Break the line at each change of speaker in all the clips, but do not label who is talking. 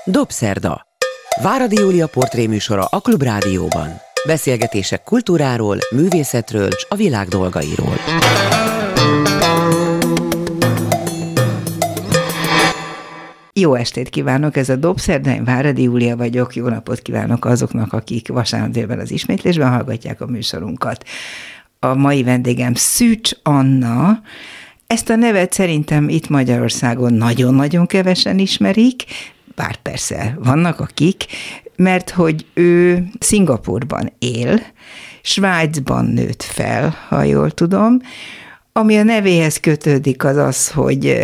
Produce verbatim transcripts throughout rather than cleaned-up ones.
Dobszerda. Váradi Júlia portréműsora a Klubrádióban. Beszélgetések kultúráról, művészetről és a világ dolgairól.
Jó estét kívánok, ez a Dobszerda, én Váradi Júlia vagyok, jó napot kívánok azoknak, akik vasárnap délben az ismétlésben hallgatják a műsorunkat. A mai vendégem Szűcs Anna. Ezt a nevet szerintem itt Magyarországon nagyon-nagyon kevesen ismerik, bár persze vannak akik, mert hogy ő Szingapúrban él, Svájcban nőtt fel, ha jól tudom. Ami a nevéhez kötődik, az az, hogy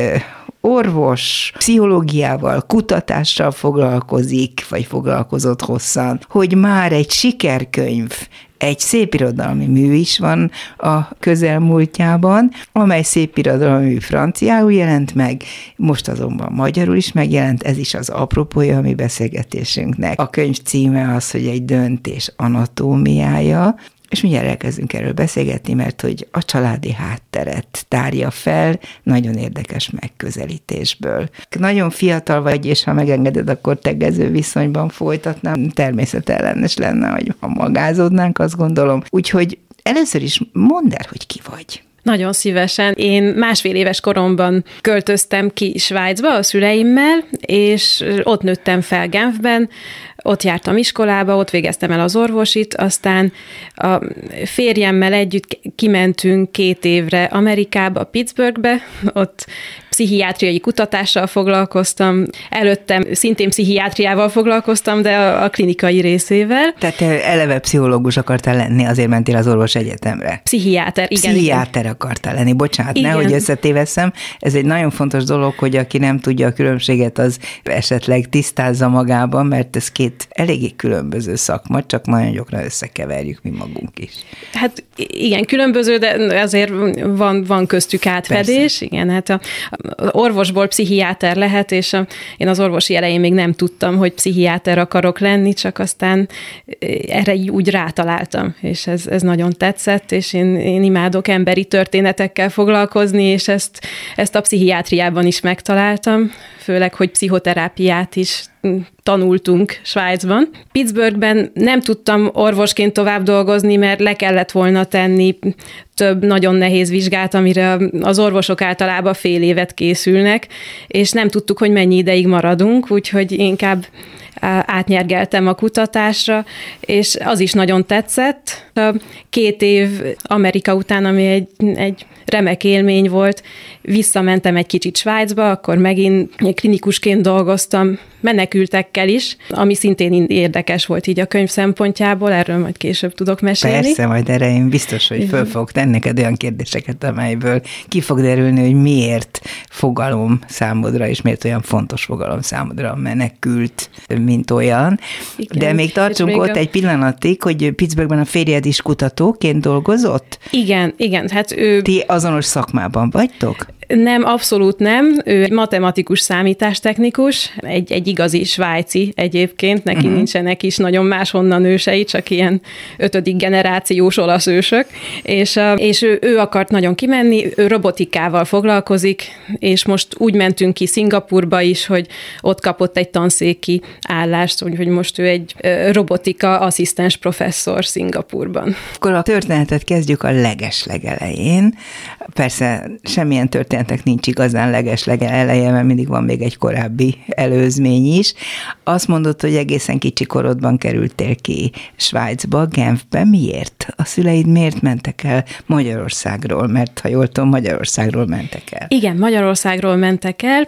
orvos, pszichológiával, kutatással foglalkozik, vagy foglalkozott hosszan, hogy már egy sikerkönyv, egy szépirodalmi mű is van a közelmúltjában, amely szépirodalmi mű franciául jelent meg, most azonban magyarul is megjelent, ez is az apropója a mi beszélgetésünknek. A könyv címe az, hogy egy döntés anatómiája, és mindjárt elkezdünk erről beszélgetni, mert hogy a családi hátteret tárja fel, nagyon érdekes megközelítésből. Nagyon fiatal vagy, és ha megengeded, akkor tegező viszonyban folytatnám. Természetellenes lenne, hogy ha magázódnánk, azt gondolom. Úgyhogy először is mondd el, hogy ki vagy.
Nagyon szívesen. Én másfél éves koromban költöztem ki Svájcba a szüleimmel, és ott nőttem fel Genfben, ott jártam iskolába, ott végeztem el az orvosit, aztán a férjemmel együtt kimentünk két évre Amerikába, Pittsburghbe, ott pszichiátriai kutatással foglalkoztam, előttem szintén pszichiátriával foglalkoztam, de a, a klinikai részével.
Tehát te eleve pszichológus akartál lenni, azért mentél az orvos egyetemre.
Pszichiáter, igen.
Pszichiáter
igen.
akartál lenni, bocsánat,
igen.
Nehogy összetévesszem. Ez egy nagyon fontos dolog, hogy aki nem tudja a különbséget, az esetleg tisztázza magában, mert ez két eléggé különböző szakma, csak nagyon gyakran összekeverjük mi magunk is.
Hát igen, különböző, de azért van, van köztük átfedés. Persze. Igen, hát a, a orvosból pszichiáter lehet, és a, én az orvosi elején még nem tudtam, hogy pszichiáter akarok lenni, csak aztán erre úgy rátaláltam, és ez, ez nagyon tetszett, és én, én imádok emberi történetekkel foglalkozni, és ezt, ezt a pszichiátriában is megtaláltam, főleg, hogy pszichoterápiát is tanultunk Svájcban. Pittsburghben nem tudtam orvosként tovább dolgozni, mert le kellett volna tenni több nagyon nehéz vizsgát, amire az orvosok általában fél évet készülnek, és nem tudtuk, hogy mennyi ideig maradunk, úgyhogy inkább átnyergeltem a kutatásra, és az is nagyon tetszett. A két év Amerika után, ami egy, egy remek élmény volt, visszamentem egy kicsit Svájcba, akkor megint klinikusként dolgoztam, menekültekkel is, ami szintén érdekes volt így a könyv szempontjából, erről majd később tudok mesélni.
Persze, majd erre én biztos, hogy föl fogok tenni neked olyan kérdéseket, amelyből ki fog derülni, hogy miért fogalom számodra, és miért olyan fontos fogalom számodra a menekült, mint olyan. Igen. De még tartsunk még ott a... egy pillanatig, hogy Pittsburghben a férjed is kutatóként dolgozott?
Igen, igen. Hát ő...
Ti azonos szakmában vagytok?
Nem, abszolút nem. Ő egy matematikus számítástechnikus, egy, egy igazi svájci egyébként, neki uh-huh. nincsenek is nagyon máshonnan ősei, csak ilyen ötödik generációs olasz ősök, és, és ő, ő akart nagyon kimenni, ő robotikával foglalkozik, és most úgy mentünk ki Szingapúrba is, hogy ott kapott egy tanszéki állást, hogy most ő egy robotika asszisztens professzor Szingapúrban.
Akkor a történetet kezdjük a legeslegelején. Persze semmilyen történetek nincs igazán legesleg eleje, mert mindig van még egy korábbi előzmény is. Azt mondod, hogy egészen kicsi korodban kerültél ki Svájcba, Genfbe. Miért? A szüleid miért mentek el Magyarországról? Mert ha jól tudom, Magyarországról mentek el.
Igen, Magyarországról mentek el.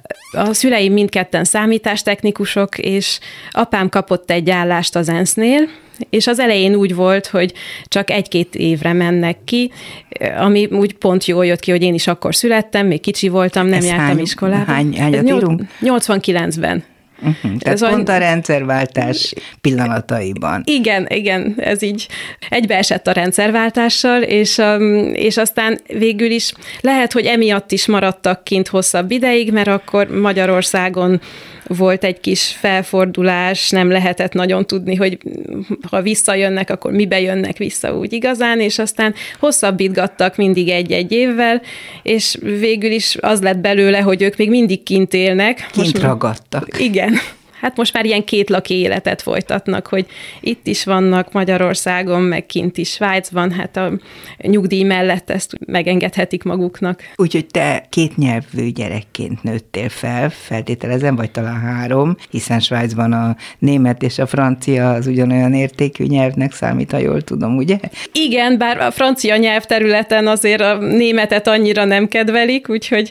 A szüleim mindketten számítástechnikusok, és apám kapott egy állást az ensznél, és az elején úgy volt, hogy csak egy-két évre mennek ki, ami úgy pont jól jött ki, hogy én is akkor születtem, még kicsi voltam, nem
Ez
jártam
hány,
iskolába.
Hány, hányat írunk?
nyolcvankilencben.
Uh-huh. Tehát ez pont a rendszerváltás pillanataiban.
Igen, igen, ez így egybeesett a rendszerváltással, és, és aztán végül is lehet, hogy emiatt is maradtak kint hosszabb ideig, mert akkor Magyarországon volt egy kis felfordulás, nem lehetett nagyon tudni, hogy ha visszajönnek, akkor mibe jönnek vissza úgy igazán, és aztán hosszabbítgattak mindig egy-egy évvel, és végül is az lett belőle, hogy ők még mindig kint élnek.
Kint Most ragadtak.
Igen. hát most már ilyen kétlaki életet folytatnak, hogy itt is vannak Magyarországon, meg kint is Svájcban, hát a nyugdíj mellett ezt megengedhetik maguknak.
Úgyhogy te kétnyelvű gyerekként nőttél fel, feltételezem, vagy talán három, hiszen Svájcban a német és a francia az ugyanolyan értékű nyelvnek számít, ha jól tudom, ugye?
Igen, bár a francia nyelvterületen azért a németet annyira nem kedvelik, úgyhogy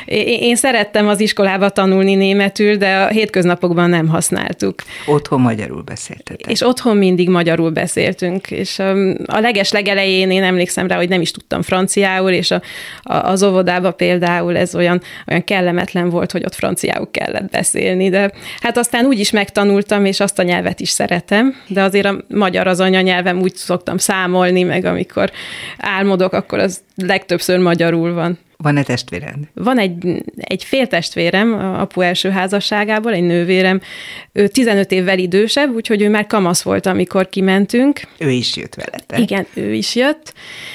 én szerettem az iskolába tanulni németül, de a hétköznapokban nem használtuk.
Otthon magyarul beszéltetek.
És otthon mindig magyarul beszéltünk, és a leges legelején én emlékszem rá, hogy nem is tudtam franciául, és a, a, az óvodában például ez olyan, olyan kellemetlen volt, hogy ott franciául kellett beszélni, de hát aztán úgy is megtanultam, és azt a nyelvet is szeretem, de azért a magyar az anyanyelvem, úgy szoktam számolni, meg amikor álmodok, akkor az legtöbbször magyarul van.
Van-e testvéred?
Van egy, egy féltestvérem, apu első házasságából, egy nővérem, ő tizenöt évvel idősebb, úgyhogy ő már kamasz volt, amikor kimentünk.
Ő is jött veletek.
Igen, ő is jött,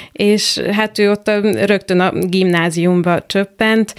és hát ő ott rögtön a gimnáziumba csöppent,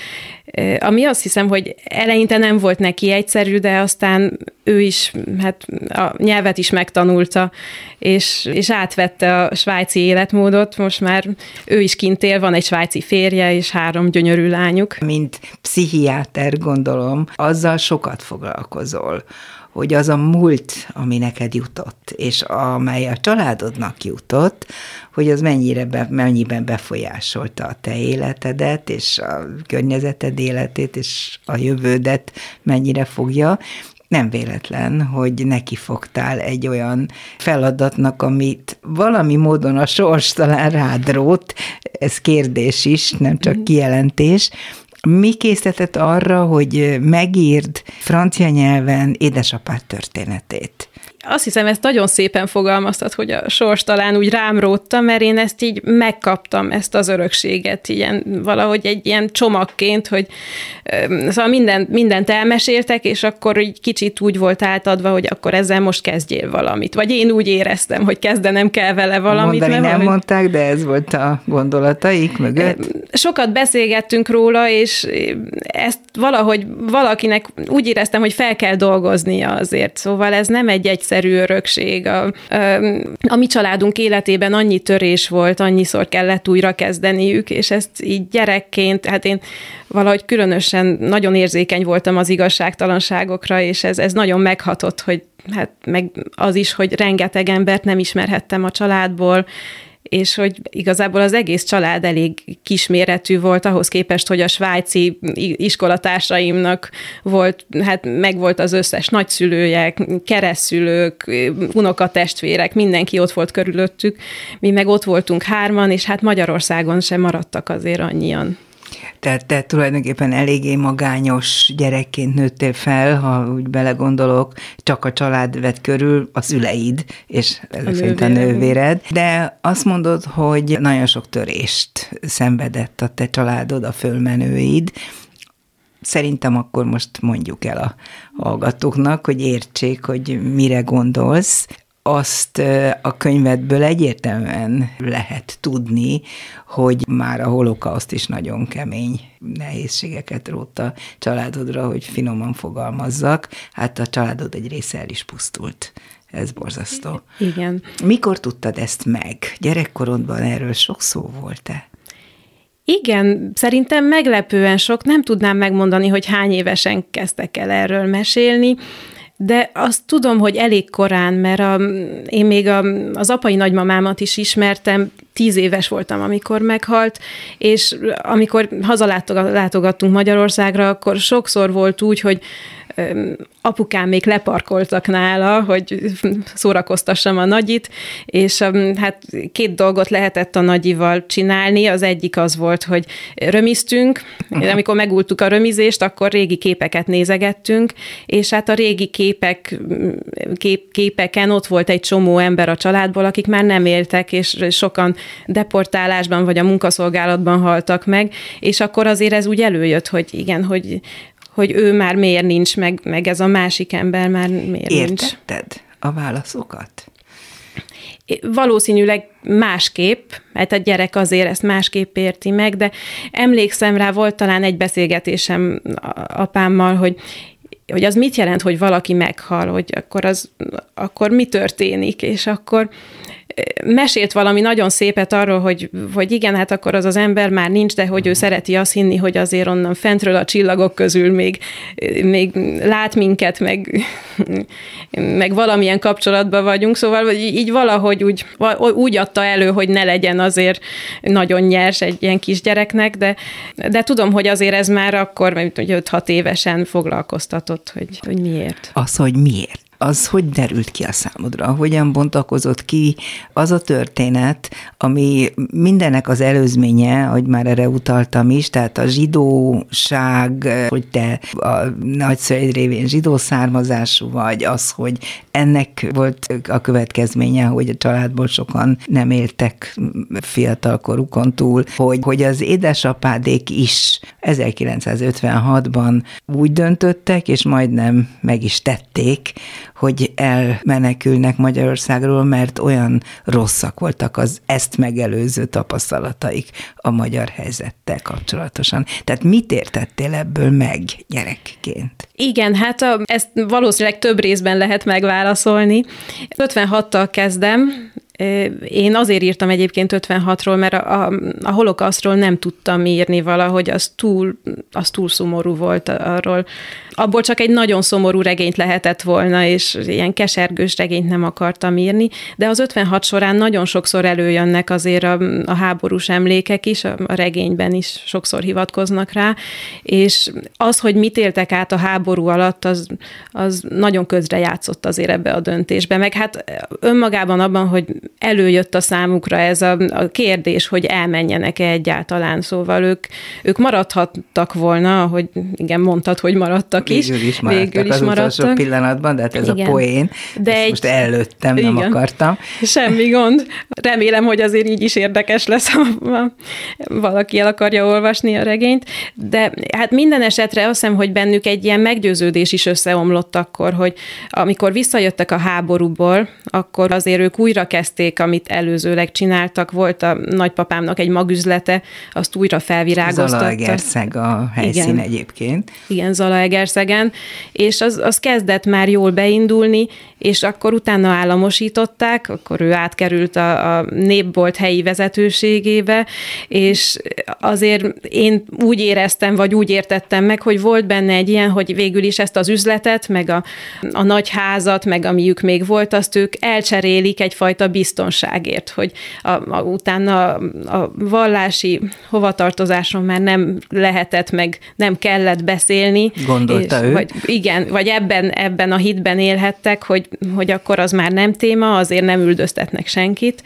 ami azt hiszem, hogy eleinte nem volt neki egyszerű, de aztán ő is, hát a nyelvet is megtanulta, és, és átvette a svájci életmódot, most már ő is kint él, van egy svájci férje, és három gyönyörű lányuk.
Mint pszichiáter, gondolom, azzal sokat foglalkozol, hogy az a múlt, ami neked jutott, és amely a családodnak jutott, hogy az mennyire be, mennyiben befolyásolta a te életedet, és a környezeted életét, és a jövődet mennyire fogja. Nem véletlen, hogy neki fogtál egy olyan feladatnak, amit valami módon a sors talán rád rótt, ez kérdés is, nem csak kijelentés. Mi készített arra, hogy megírd francia nyelven édesapád történetét?
Azt hiszem, ezt nagyon szépen fogalmaztad, hogy a sors talán úgy rám rótta, mert én ezt így megkaptam, ezt az örökséget, ilyen, valahogy egy ilyen csomagként, hogy szóval mindent, mindent elmeséltek, és akkor így kicsit úgy volt átadva, hogy akkor ezzel most kezdjél valamit. Vagy én úgy éreztem, hogy kezdenem kell vele valamit.
Mondani nem
valahogy...
mondták, de ez volt a gondolataik mögött?
Sokat beszélgettünk róla, és ezt valahogy valakinek úgy éreztem, hogy fel kell dolgoznia azért. Szóval ez nem egy egyszerű örökség. A, a, a mi családunk életében annyi törés volt, annyiszor kellett újra kezdeniük, és ezt így gyerekként, hát én valahogy különösen nagyon érzékeny voltam az igazságtalanságokra, és ez, ez nagyon meghatott, hogy hát meg az is, hogy rengeteg embert nem ismerhettem a családból, és hogy igazából az egész család elég kisméretű volt ahhoz képest, hogy a svájci iskolatársaimnak volt, hát megvolt az összes nagyszülője, keresztszülők, unokatestvérek, mindenki ott volt körülöttük, mi meg ott voltunk hárman, és hát Magyarországon sem maradtak azért annyian.
Tehát te tulajdonképpen eléggé magányos gyerekként nőttél fel, ha úgy belegondolok, csak a család vett körül, a szüleid, és ezek szerint a nővéred. De azt mondod, hogy nagyon sok törést szenvedett a te családod, a fölmenőid. Szerintem akkor most mondjuk el a hallgatóknak, hogy értsék, hogy mire gondolsz. Azt a könyvedből egyértelműen lehet tudni, hogy már a holokauszt is nagyon kemény nehézségeket rótt a családodra, hogy finoman fogalmazzak. Hát a családod egy része el is pusztult. Ez borzasztó.
Igen.
Mikor tudtad ezt meg? Gyerekkorodban erről sok szó volt-e?
Igen, szerintem meglepően sok. Nem tudnám megmondani, hogy hány évesen kezdtek el erről mesélni, de azt tudom, hogy elég korán, mert a, én még a, az apai nagymamámat is ismertem, tíz éves voltam, amikor meghalt, és amikor hazalátogattunk Magyarországra, akkor sokszor volt úgy, hogy apukám még leparkoltak nála, hogy szórakoztassam a nagyit, és hát két dolgot lehetett a nagyival csinálni. Az egyik az volt, hogy römiztünk, amikor megúltuk a römizést, akkor régi képeket nézegettünk, és hát a régi képek, kép, képeken ott volt egy csomó ember a családból, akik már nem éltek, és sokan deportálásban vagy a munkaszolgálatban haltak meg, és akkor azért ez úgy előjött, hogy igen, hogy hogy ő már miért nincs, meg, meg ez a másik ember már miért
Értetted
nincs.
Értetted a válaszokat?
Valószínűleg másképp, mert a gyerek azért ezt másképp érti meg, de emlékszem rá, volt talán egy beszélgetésem apámmal, hogy hogy az mit jelent, hogy valaki meghal, hogy akkor, az, akkor mi történik, és akkor mesélt valami nagyon szépet arról, hogy, hogy igen, hát akkor az az ember már nincs, de hogy ő szereti azt hinni, hogy azért onnan fentről a csillagok közül még, még lát minket, meg, meg valamilyen kapcsolatban vagyunk, szóval így valahogy úgy, úgy adta elő, hogy ne legyen azért nagyon nyers egy ilyen kisgyereknek, de, de tudom, hogy azért ez már akkor öt-hat évesen foglalkoztatott, hogy, hogy miért.
Az, hogy miért? Az hogy derült ki a számodra? Hogyan bontakozott ki az a történet, ami mindennek az előzménye, hogy már erre utaltam is, tehát a zsidóság, hogy te a nagyszüleid révén zsidó származású vagy, az, hogy ennek volt a következménye, hogy a családból sokan nem éltek fiatalkorukon túl, hogy, hogy az édesapádék is ezerkilencszázötvenhatban úgy döntöttek, és majdnem meg is tették, hogy elmenekülnek Magyarországról, mert olyan rosszak voltak az ezt megelőző tapasztalataik a magyar helyzettel kapcsolatosan. Tehát mit értettél ebből meg gyerekként?
Igen, hát a, ezt valószínűleg több részben lehet megválaszolni. ötvenhattal kezdem. Én azért írtam egyébként ötvenhatról, mert a, a, a holokausztról nem tudtam írni valahogy, az túl, az túl szomorú volt arról. Abból csak egy nagyon szomorú regényt lehetett volna, és ilyen kesergős regényt nem akartam írni, de az ötvenhat során nagyon sokszor előjönnek azért a, a háborús emlékek is, a, a regényben is sokszor hivatkoznak rá, és az, hogy mit éltek át a háború alatt, az, az nagyon közrejátszott azért ebbe a döntésbe, meg hát önmagában abban, hogy előjött a számukra ez a, a kérdés, hogy elmenjenek-e egyáltalán, szóval ők, ők maradhattak volna, hogy igen, mondtad, hogy maradtak is.
Végül is maradtak
Végül is
az
maradtak.
utolsó pillanatban, de hát ez igen. a poén, de egy... most előttem, nem igen. akartam.
Semmi gond. Remélem, hogy azért így is érdekes lesz, ha valaki el akarja olvasni a regényt, de hát minden esetre azt hiszem, hogy bennük egy ilyen meggyőződés is összeomlott akkor, hogy amikor visszajöttek a háborúból, akkor azért ők újra kezdték, amit előzőleg csináltak. Volt a nagypapámnak egy magüzlete, azt újra felvirágoztatta.
Zalaegerszeg a helyszín igen. egyébként.
Igen, Zalaegerszegen, és az, az kezdett már jól beindulni, és akkor utána államosították, akkor ő átkerült a, a Népbolt helyi vezetőségébe, és azért én úgy éreztem, vagy úgy értettem meg, hogy volt benne egy ilyen, hogy végül is ezt az üzletet, meg a, a nagy házat, meg amiük még volt, azt ők elcserélik egyfajta biztonságért, hogy a, a, utána a vallási hovatartozáson már nem lehetett, meg nem kellett beszélni.
Gondolta
és,
ő?
Vagy, igen, vagy ebben, ebben a hitben élhettek, hogy, hogy akkor az már nem téma, azért nem üldöztetnek senkit,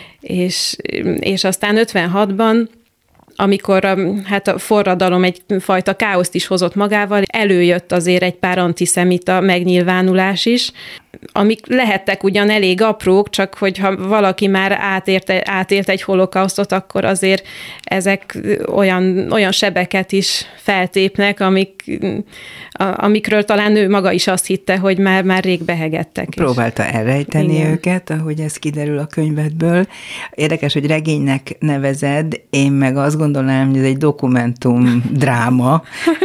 és, és aztán ötvenhatban amikor a, hát a forradalom egyfajta káoszt is hozott magával, előjött azért egy pár antiszemita megnyilvánulás is, amik lehettek ugyan elég aprók, csak hogyha valaki már átélt, átélt egy holokausztot, akkor azért ezek olyan, olyan sebeket is feltépnek, amik, amikről talán ő maga is azt hitte, hogy már, már rég behegettek.
Próbálta elrejteni igen. őket, ahogy ez kiderül a könyvedből. Érdekes, hogy regénynek nevezed, én meg azt gondolom, hogy ez egy dokumentum dráma,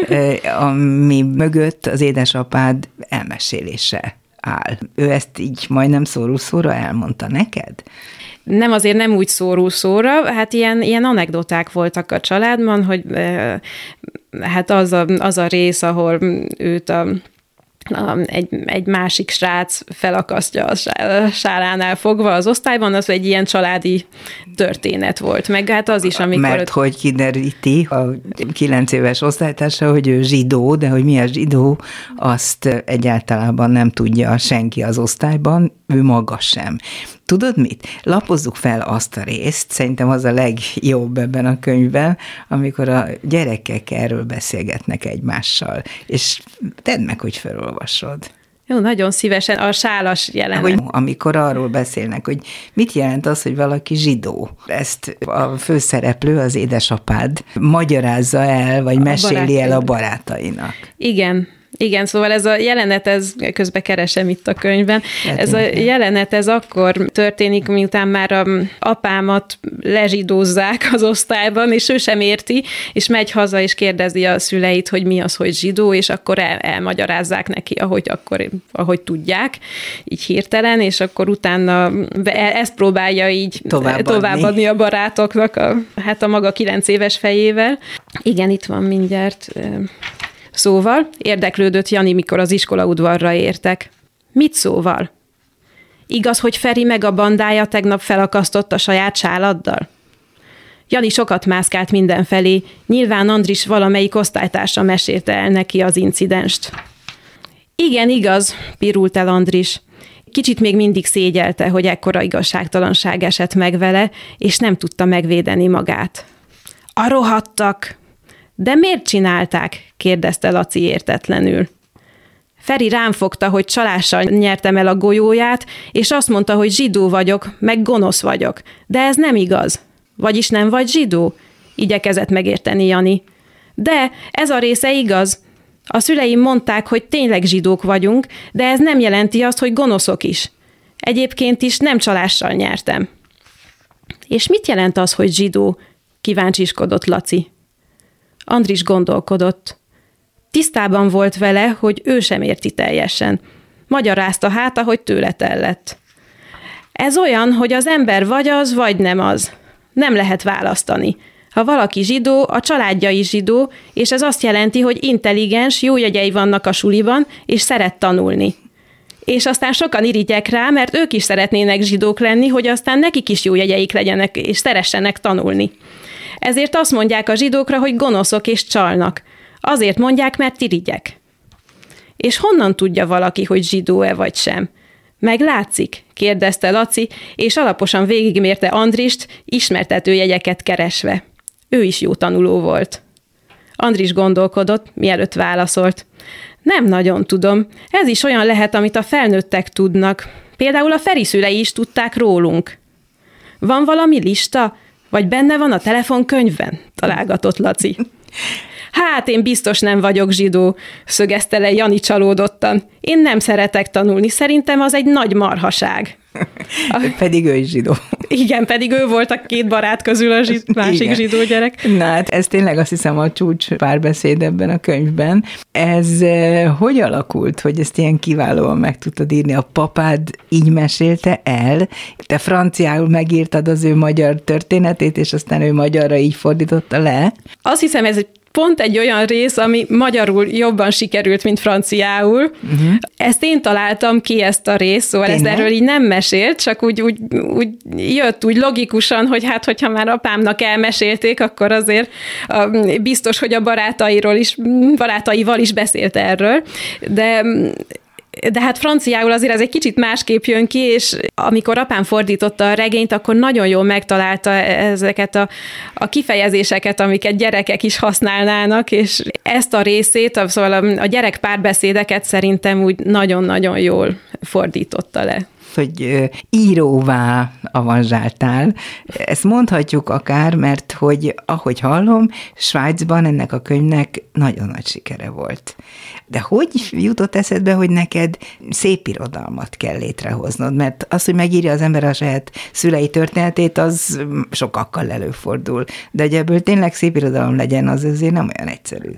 ami mögött az édesapád elmesélése áll. Ő ezt így majdnem szóró-szóra elmondta neked?
Nem, azért nem úgy szóró-szóra, hát ilyen, ilyen anekdoták voltak a családban, hogy hát az a, az a rész, ahol őt a Egy, egy másik srác felakasztja a sálánál fogva az osztályban, az egy ilyen családi történet volt. Meg hát az is, amikor...
Mert hogy kideríti a kilenc éves osztálytársa, hogy ő zsidó, de hogy mi a zsidó, azt egyáltalán nem tudja senki az osztályban, ő maga sem. Tudod mit? Lapozzuk fel azt a részt, szerintem az a legjobb ebben a könyvben, amikor a gyerekek erről beszélgetnek egymással, és tedd meg, hogy felolvasod.
Jó, nagyon szívesen. A sálas jelenet.
Hogy amikor arról beszélnek, hogy mit jelent az, hogy valaki zsidó. Ezt a főszereplő, az édesapád magyarázza el, vagy a meséli el a barátainak.
Igen. Igen, szóval ez a jelenet, ez közben keresem itt a könyvben, ez a jelenet, ez akkor történik, miután már a apámat lezsidózzák az osztályban, és ő sem érti, és megy haza, és kérdezi a szüleit, hogy mi az, hogy zsidó, és akkor el, elmagyarázzák neki, ahogy, akkor, ahogy tudják, így hirtelen, és akkor utána ezt próbálja így továbbadni, továbbadni a barátoknak, a, hát a maga kilenc éves fejével. Igen, itt van mindjárt. Szóval érdeklődött Jani, mikor az iskolaudvarra értek. Mit szóval? Igaz, hogy Feri meg a bandája tegnap felakasztott a saját sáladdal? Jani sokat mászkált mindenfelé, nyilván Andris valamelyik osztálytársa mesélte el neki az incidenst. Igen, igaz, pirult el Andris. Kicsit még mindig szégyelte, hogy ekkora igazságtalanság esett meg vele, és nem tudta megvédeni magát. A rohadtak! De miért csinálták? Kérdezte Laci értetlenül. Feri rám fogta, hogy csalással nyertem el a golyóját, és azt mondta, hogy zsidó vagyok, meg gonosz vagyok. De ez nem igaz. Vagyis nem vagy zsidó? Igyekezett megérteni Jani. De ez a része igaz. A szüleim mondták, hogy tényleg zsidók vagyunk, de ez nem jelenti azt, hogy gonoszok is. Egyébként is nem csalással nyertem. És mit jelent az, hogy zsidó? Kíváncsiskodott Laci. Andris gondolkodott. Tisztában volt vele, hogy ő sem érti teljesen. Magyarázta hát, ahogy tőle tellett. Ez olyan, hogy az ember vagy az, vagy nem az. Nem lehet választani. Ha valaki zsidó, a családja is zsidó, és ez azt jelenti, hogy intelligens, jó jegyei vannak a suliban, és szeret tanulni. És aztán sokan irigyek rá, mert ők is szeretnének zsidók lenni, hogy aztán nekik is jó jegyeik legyenek, és szeressenek tanulni. Ezért azt mondják a zsidókra, hogy gonoszok és csalnak. Azért mondják, mert irigyek. És honnan tudja valaki, hogy zsidó-e vagy sem? Meglátszik? Kérdezte Laci, és alaposan végigmérte Andrist, ismertetőjegyeket keresve. Ő is jó tanuló volt. Andris gondolkodott, mielőtt válaszolt. Nem nagyon tudom. Ez is olyan lehet, amit a felnőttek tudnak. Például a Feri szülei is tudták rólunk. Van valami lista? Vagy benne van a telefonkönyvben? Találgatott Laci. Hát én biztos nem vagyok zsidó, szögezte le Jani csalódottan. Én nem szeretek tanulni, szerintem az egy nagy marhaság.
A... Pedig ő is zsidó.
Igen, pedig ő volt a két barát közül a zsid... másik Igen. zsidó gyerek.
Na hát ez tényleg azt hiszem a csúcs párbeszéd ebben a könyvben. Ez eh, hogy alakult, hogy ezt ilyen kiválóan meg tudtad írni? A papád így mesélte el, te franciául megírtad az ő magyar történetét, és aztán ő magyarra így fordította le?
Azt hiszem, ez egy pont egy olyan rész, ami magyarul jobban sikerült, mint franciául. Uh-huh. Ezt én találtam ki, ezt a részt, szóval ezt erről így nem mesélt, csak úgy, úgy, úgy jött úgy logikusan, hogy hát, hogyha már apámnak elmesélték, akkor azért biztos, hogy a barátairól is, barátaival is beszélt erről. De... De hát franciául azért ez egy kicsit másképp jön ki, és amikor apám fordította a regényt, akkor nagyon jól megtalálta ezeket a, a kifejezéseket, amiket gyerekek is használnának, és ezt a részét, szóval a, a gyerek párbeszédeket szerintem úgy nagyon-nagyon jól fordította le.
Hogy íróvá avanzsáltál. Ezt mondhatjuk akár, mert hogy ahogy hallom, Svájcban ennek a könyvnek nagyon nagy sikere volt. De hogy jutott eszedbe, hogy neked szépirodalmat kell létrehoznod? Mert az, hogy megírja az ember a saját szülei történetét, az sokakkal előfordul. De hogy ebből tényleg szépirodalom legyen, az azért nem olyan egyszerű.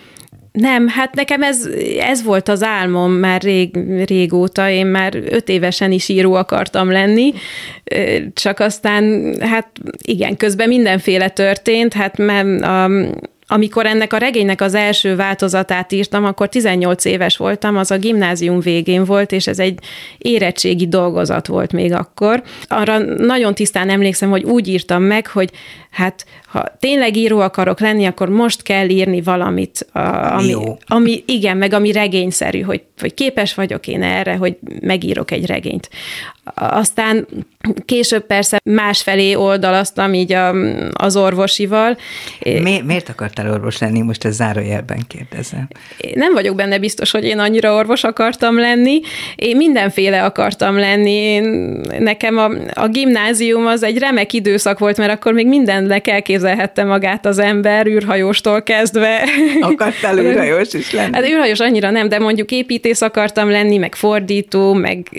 Nem, hát nekem ez, ez volt az álmom már rég, régóta, én már öt évesen is író akartam lenni, csak aztán, hát igen, közben mindenféle történt, hát mert a, amikor ennek a regénynek az első változatát írtam, akkor tizennyolc éves voltam, az a gimnázium végén volt, és ez egy érettségi dolgozat volt még akkor. Arra nagyon tisztán emlékszem, hogy úgy írtam meg, hogy hát ha tényleg író akarok lenni, akkor most kell írni valamit, a, ami, ami, igen, meg ami regényszerű, hogy vagy képes vagyok én erre, hogy megírok egy regényt. Aztán később persze másfelé oldalaztam így a, az orvosival.
Mi, miért akartál orvos lenni? Most ezt zárójelben kérdezem.
Nem vagyok benne biztos, hogy én annyira orvos akartam lenni. Én mindenféle akartam lenni. Én, nekem a, a gimnázium az egy remek időszak volt, mert akkor még mindennek elképzelhette magát az ember, űrhajóstól kezdve.
Akartál űrhajós is lenni?
Hát űrhajós annyira nem, de mondjuk építész akartam lenni, meg fordító, meg,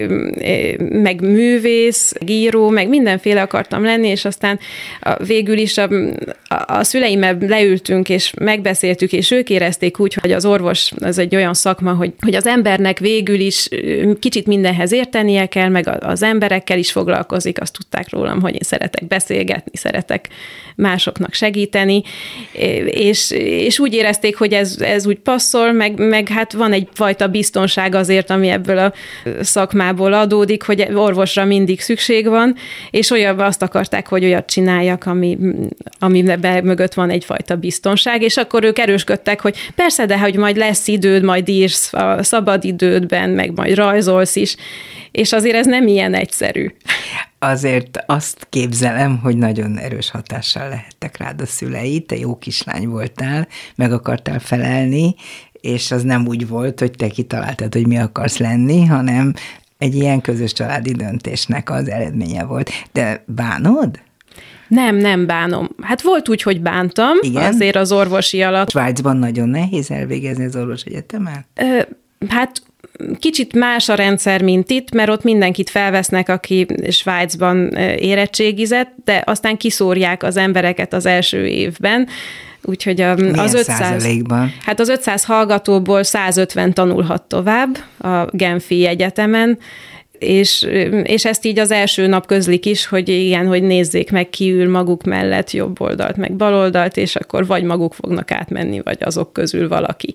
meg művész, író, meg mindenféle akartam lenni, és aztán végül is a, a szüleimmel leültünk, és megbeszéltük, és ők érezték úgy, hogy az orvos az egy olyan szakma, hogy, hogy az embernek végül is kicsit mindenhez értenie kell, meg az emberekkel is foglalkozik, azt tudták rólam, hogy én szeretek beszélgetni, szeretek másoknak segíteni, és, és úgy érezték, hogy ez, ez úgy passzol, meg, meg hát van egyfajta biztonság azért, ami ebből a szakmából adódik, hogy orvosra mindig szükség van, és olyan azt akarták, hogy olyat csináljak, ami, ami mögött van egyfajta biztonság, és akkor ők erősködtek, hogy persze, de hogy majd lesz időd, majd írsz a szabad idődben, meg majd rajzolsz is, és azért ez nem ilyen egyszerű.
Azért azt képzelem, hogy nagyon erős hatással lehettek rád a szüleid, te jó kislány voltál, meg akartál felelni, és az nem úgy volt, hogy te kitaláltad, hogy mi akarsz lenni, hanem egy ilyen közös családi döntésnek az eredménye volt. De bánod?
Nem, nem bánom. Hát volt úgy, hogy bántam, igen? Azért az orvosi alatt.
Svájcban nagyon nehéz elvégezni az orvosegyetemen?
Ö, hát kicsit más a rendszer, mint itt, mert ott mindenkit felvesznek, aki Svájcban érettségizett, de aztán kiszórják az embereket az első évben. Úgyhogy a, az ötszáz, hát az ötszáz hallgatóból százötven tanulhat tovább a Genfi Egyetemen, és, és ezt így az első nap közlik is, hogy igen, hogy nézzék meg, ki ül maguk mellett jobb oldalt, meg bal oldalt, és akkor vagy maguk fognak átmenni, vagy azok közül valaki.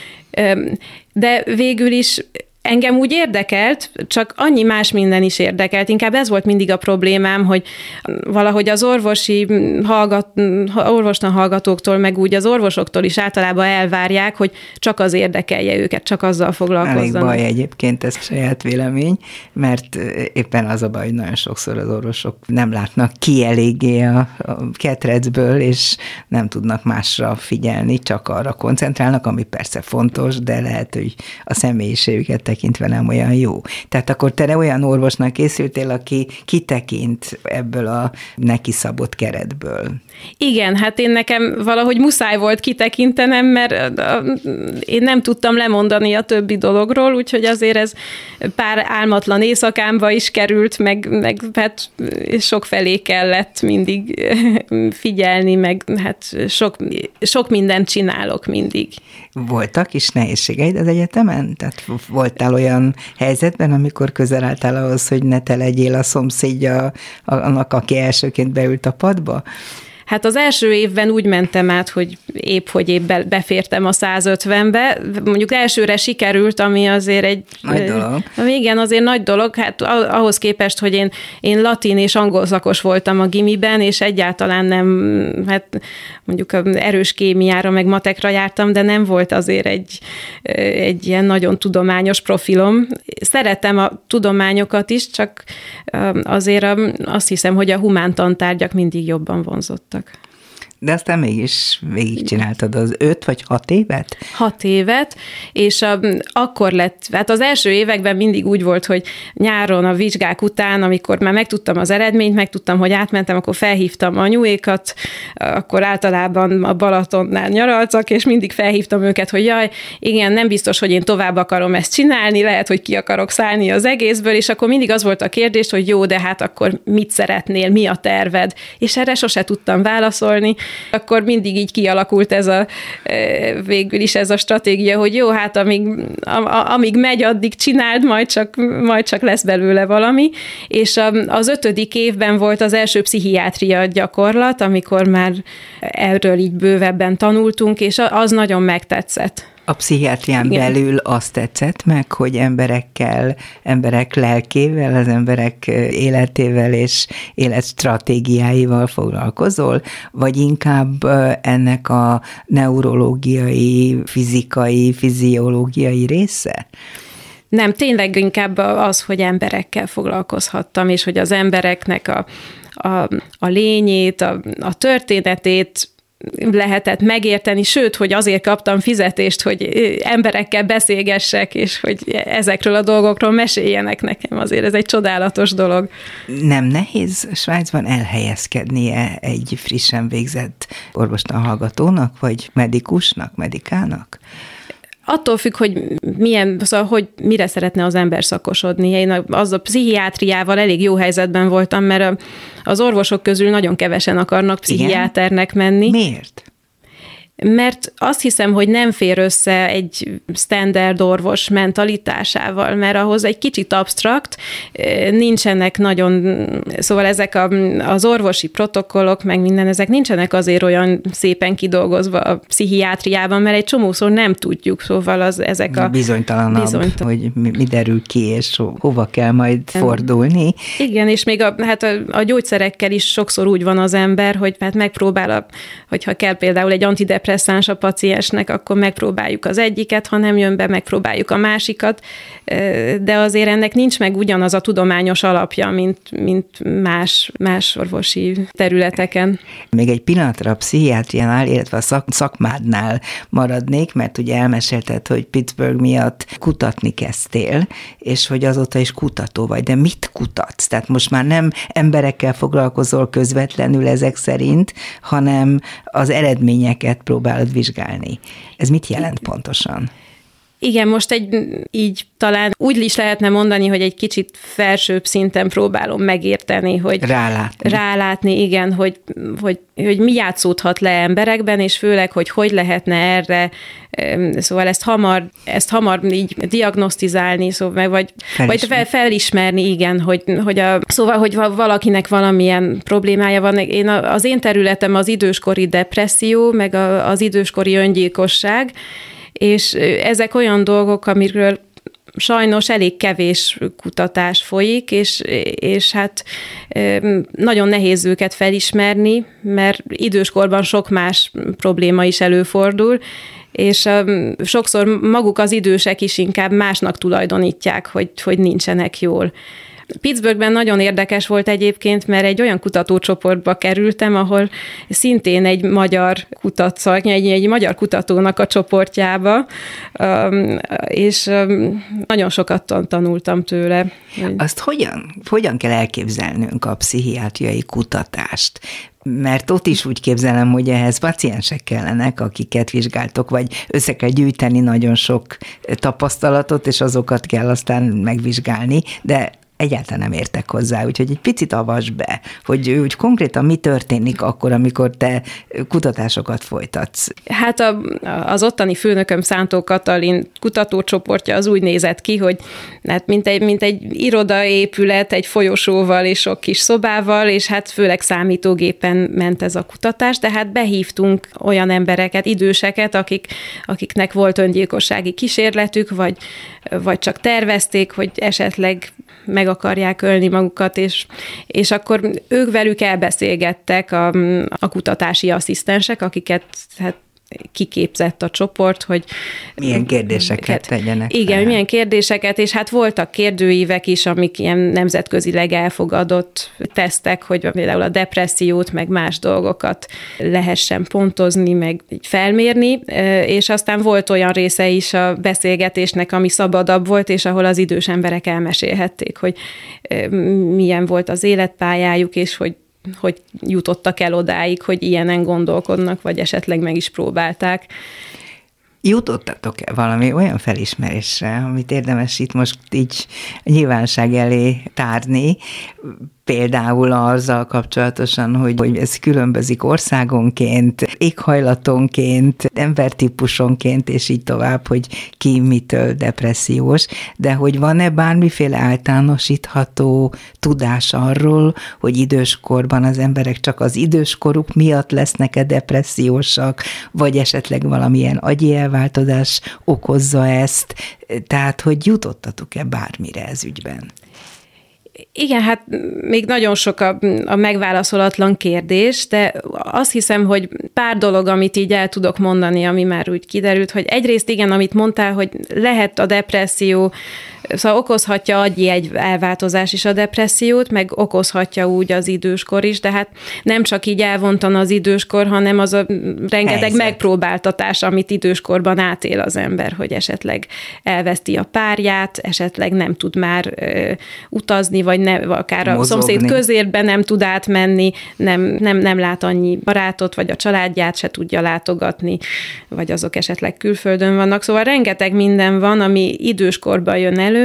De végül is engem úgy érdekelt, csak annyi más minden is érdekelt. Inkább ez volt mindig a problémám, hogy valahogy az orvosi hallgat, orvostan hallgatóktól, meg úgy az orvosoktól is általában elvárják, hogy csak az érdekelje őket, csak azzal foglalkozzanak.
Elég baj egyébként, ez saját vélemény, mert éppen az a baj, hogy nagyon sokszor az orvosok nem látnak ki eléggé a, a ketrecből, és nem tudnak másra figyelni, csak arra koncentrálnak, ami persze fontos, de lehet, hogy a személyiségüket tekintve nem olyan jó. Tehát akkor te olyan orvosnak készültél, aki kitekint ebből a neki szabott keretből.
Igen, hát én nekem valahogy muszáj volt kitekintenem, mert én nem tudtam lemondani a többi dologról, úgyhogy azért ez pár álmatlan éjszakámba is került, meg, meg hát sok felé kellett mindig figyelni, meg hát sok, sok mindent csinálok mindig.
Voltak is nehézségeid az egyetemen? Tehát voltál olyan helyzetben, amikor közel álltál ahhoz, hogy ne te legyél a szomszédja annak, aki elsőként beült a padba?
Hát az első évben úgy mentem át, hogy épp, hogy épp befértem a százötvenbe. Mondjuk elsőre sikerült, ami azért egy...
Nagy dolog.
Igen, azért nagy dolog. Hát ahhoz képest, hogy én, én latin és angol szakos voltam a gimiben, és egyáltalán nem, hát mondjuk erős kémiára, meg matekra jártam, de nem volt azért egy, egy ilyen nagyon tudományos profilom. Szeretem a tudományokat is, csak azért azt hiszem, hogy a humántantárgyak mindig jobban vonzott.
De aztán mégis végigcsináltad az öt vagy hat évet?
Hat évet, és a, akkor lett, hát az első években mindig úgy volt, hogy nyáron a vizsgák után, amikor már megtudtam az eredményt, megtudtam, hogy átmentem, akkor felhívtam anyuékat, akkor általában a Balatonnál nyaraltak, és mindig felhívtam őket, hogy jaj, igen, nem biztos, hogy én tovább akarom ezt csinálni, lehet, hogy ki akarok szállni az egészből, és akkor mindig az volt a kérdés, hogy jó, de hát akkor mit szeretnél, mi a terved? És erre sose tudtam válaszolni. Akkor mindig így kialakult ez a, végül is ez a stratégia, hogy jó, hát amíg, amíg megy, addig csináld, majd csak, majd csak lesz belőle valami. És az ötödik évben volt az első pszichiátria gyakorlat, amikor már erről így bővebben tanultunk, és az nagyon megtetszett.
A pszichiátrián Igen. belül azt tetszett meg, hogy emberekkel, emberek lelkével, az emberek életével és életstratégiáival foglalkozol, vagy inkább ennek a neurológiai, fizikai, fiziológiai része?
Nem, tényleg inkább az, hogy emberekkel foglalkozhattam, és hogy az embereknek a, a, a lényét, a, a történetét lehetett megérteni, sőt, hogy azért kaptam fizetést, hogy emberekkel beszélgessek, és hogy ezekről a dolgokról meséljenek nekem. Azért ez egy csodálatos dolog.
Nem nehéz Svájcban elhelyezkednie egy frissen végzett orvostanhallgatónak, vagy medikusnak, medikának?
Attól függ, hogy milyen, szóval, hogy mire szeretne az ember szakosodni. Én az a pszichiátriával elég jó helyzetben voltam, mert az orvosok közül nagyon kevesen akarnak pszichiáternek menni.
Miért?
Mert azt hiszem, hogy nem fér össze egy standard orvos mentalitásával, mert ahhoz egy kicsit absztrakt, nincsenek nagyon, szóval ezek a, az orvosi protokollok, meg minden, ezek nincsenek azért olyan szépen kidolgozva a pszichiátriában, mert egy csomószor nem tudjuk, szóval az, ezek a...
Bizonytalanabb, bizonytal... hogy mi derül ki, és hova kell majd fordulni.
Igen, és még a, hát a, a gyógyszerekkel is sokszor úgy van az ember, hogy hát megpróbál, a, hogyha kell például egy antidepresszáns a paciensnek, akkor megpróbáljuk az egyiket, ha nem jön be, megpróbáljuk a másikat, de azért ennek nincs meg ugyanaz a tudományos alapja, mint, mint más, más orvosi területeken.
Még egy pillanatra a pszichiátriánál, illetve a szak, szakmádnál maradnék, mert ugye elmesélted, hogy Pittsburgh miatt kutatni kezdtél, és hogy azóta is kutató vagy, de mit kutatsz? Tehát most már nem emberekkel foglalkozol közvetlenül ezek szerint, hanem az eredményeket próbálod vizsgálni. Ez mit jelent pontosan?
Igen, most egy, így talán úgy is lehetne mondani, hogy egy kicsit felsőbb szinten próbálom megérteni, hogy
rálátni,
rálátni igen, hogy, hogy, hogy mi játszódhat le emberekben, és főleg, hogy hogy lehetne erre, szóval ezt hamar, ezt hamar így diagnosztizálni, szóval, vagy, vagy fel, felismerni, igen, hogy, hogy a, szóval, hogy valakinek valamilyen problémája van. Én, az én területem az időskori depresszió, meg az időskori öngyilkosság, és ezek olyan dolgok, amiről sajnos elég kevés kutatás folyik, és, és hát nagyon nehéz őket felismerni, mert időskorban sok más probléma is előfordul, és sokszor maguk az idősek is inkább másnak tulajdonítják, hogy, hogy nincsenek jól. Pittsburghben nagyon érdekes volt egyébként, mert egy olyan kutatócsoportba kerültem, ahol szintén egy magyar kutató, egy, egy magyar kutatónak a csoportjába, és nagyon sokat tanultam tőle.
Azt hogyan, hogyan kell elképzelnünk a pszichiátriai kutatást? Mert ott is úgy képzelem, hogy ehhez paciensek kellenek, akiket vizsgáltok, vagy össze kell gyűjteni nagyon sok tapasztalatot, és azokat kell aztán megvizsgálni, de egyáltalán nem értek hozzá, úgyhogy egy picit avasd be, hogy úgy konkrétan mi történik akkor, amikor te kutatásokat folytatsz.
Hát a, az ottani főnököm Szántó Katalin kutatócsoportja az úgy nézett ki, hogy hát mint egy, mint egy irodaépület, egy folyosóval és sok kis szobával, és hát főleg számítógépen ment ez a kutatás, de hát behívtunk olyan embereket, időseket, akik, akiknek volt öngyilkossági kísérletük, vagy, vagy csak tervezték, hogy esetleg meg akarják ölni magukat, és, és akkor ők velük elbeszélgettek a, a kutatási asszisztensek, akiket hát kiképzett a csoport, hogy...
Milyen kérdéseket tegyenek.
Igen, fel. Milyen kérdéseket, és hát voltak kérdőívek is, amik ilyen nemzetközileg elfogadott tesztek, hogy például a depressziót, meg más dolgokat lehessen pontozni, meg így felmérni, és aztán volt olyan része is a beszélgetésnek, ami szabadabb volt, és ahol az idős emberek elmesélhették, hogy milyen volt az életpályájuk, és hogy hogy jutottak el odáig, hogy ilyenen gondolkodnak, vagy esetleg meg is próbálták.
Jutottatok-e valami olyan felismerésre, amit érdemes itt most így nyilvánosság elé tárni? Például azzal kapcsolatosan, hogy, hogy ez különbözik országonként, éghajlatonként, embertípusonként, és így tovább, hogy ki mitől depressziós, de hogy van-e bármiféle általánosítható tudás arról, hogy időskorban az emberek csak az időskoruk miatt lesznek-e depressziósak, vagy esetleg valamilyen agyi elváltozás okozza ezt, tehát hogy jutottatok-e bármire ez ügyben?
Igen, hát még nagyon sok a, a megválaszolatlan kérdés, de azt hiszem, hogy pár dolog, amit így el tudok mondani, ami már úgy kiderült, hogy egyrészt igen, amit mondtál, hogy lehet a depresszió, szóval okozhatja agyi egy elváltozás is a depressziót, meg okozhatja úgy az időskor is, de hát nem csak így elvontan az időskor, hanem az a rengeteg Helyzet. megpróbáltatás, amit időskorban átél az ember, hogy esetleg elveszti a párját, esetleg nem tud már ö, utazni, vagy ne, akár a Mozogni. szomszéd közérben nem tud átmenni, nem, nem, nem lát annyi barátot, vagy a családját se tudja látogatni, vagy azok esetleg külföldön vannak. Szóval rengeteg minden van, ami időskorban jön elő,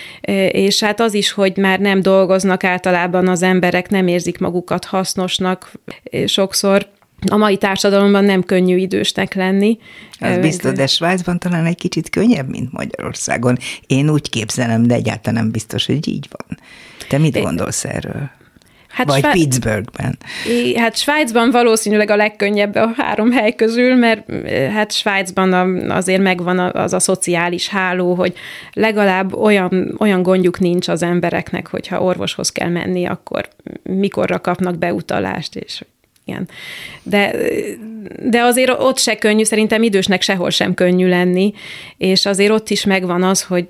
és hát az is, hogy már nem dolgoznak általában az emberek, nem érzik magukat hasznosnak sokszor. A mai társadalomban nem könnyű idősnek lenni.
Az biztos, de Svájcban talán egy kicsit könnyebb, mint Magyarországon. Én úgy képzelem, de egyáltalán nem biztos, hogy így van. Te mit gondolsz erről? Hát Vagy Svá... Pittsburghben.
Hát Svájcban valószínűleg a legkönnyebb a három hely közül, mert hát Svájcban azért megvan az a szociális háló, hogy legalább olyan, olyan gondjuk nincs az embereknek, hogyha orvoshoz kell menni, akkor mikorra kapnak beutalást, és igen. De, de azért ott se könnyű, szerintem idősnek sehol sem könnyű lenni, és azért ott is megvan az, hogy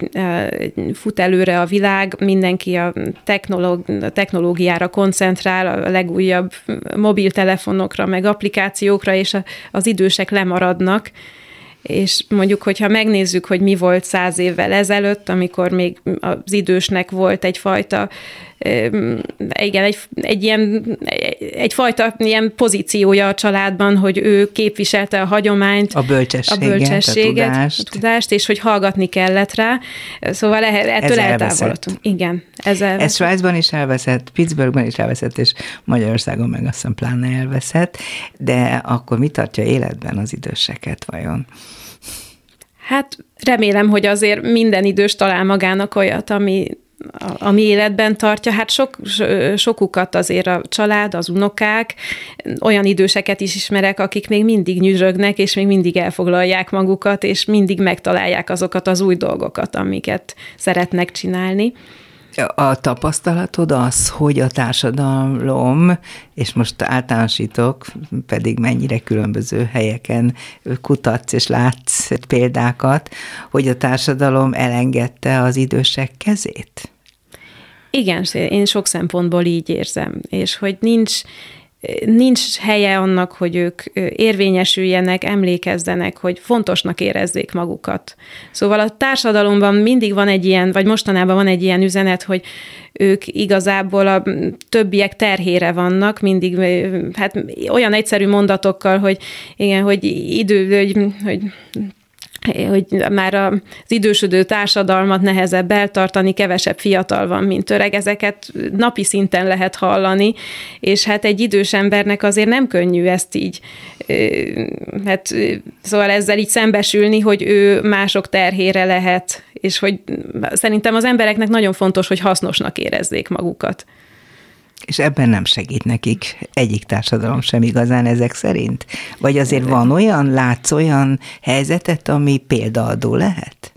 fut előre a világ, mindenki a, technológ, a technológiára koncentrál, a legújabb mobiltelefonokra, meg applikációkra, és az idősek lemaradnak. És mondjuk, hogyha megnézzük, hogy mi volt száz évvel ezelőtt, amikor még az idősnek volt egyfajta, igen, egy, egy ilyen, egyfajta ilyen pozíciója a családban, hogy ő képviselte a hagyományt,
a bölcsességet,
a, bölcsességet,
a tudást.
a tudást, és hogy hallgatni kellett rá. Szóval ettől eltávolodtunk. Igen. Ez,
ez Svájcban is elveszett, Pittsburghben is elveszett, és Magyarországon meg azt hiszem pláne elveszett, de akkor mi tartja életben az időseket vajon?
Hát remélem, hogy azért minden idős talál magának olyat, ami ami életben tartja, hát sok, sokukat azért a család, az unokák, olyan időseket is ismerek, akik még mindig nyüzsögnek, és még mindig elfoglalják magukat, és mindig megtalálják azokat az új dolgokat, amiket szeretnek csinálni.
A tapasztalatod az, hogy a társadalom, és most általánosítok, pedig mennyire különböző helyeken kutatsz és látsz példákat, hogy a társadalom elengedte az idősek kezét?
Igen, én sok szempontból így érzem, és hogy nincs, nincs helye annak, hogy ők érvényesüljenek, emlékezzenek, hogy fontosnak érezzék magukat. Szóval a társadalomban mindig van egy ilyen, vagy mostanában van egy ilyen üzenet, hogy ők igazából a többiek terhére vannak, mindig hát olyan egyszerű mondatokkal, hogy igen, hogy idő, hogy, hogy hogy már az idősödő társadalmat nehezebb eltartani, kevesebb fiatal van, mint öreg, ezeket napi szinten lehet hallani, és hát egy idős embernek azért nem könnyű ezt így, hát szóval ezzel így szembesülni, hogy ő mások terhére lehet, és hogy szerintem az embereknek nagyon fontos, hogy hasznosnak érezzék magukat.
És ebben nem segít nekik egyik társadalom sem igazán ezek szerint? Vagy azért van olyan, látsz olyan helyzetet, ami példaadó lehet?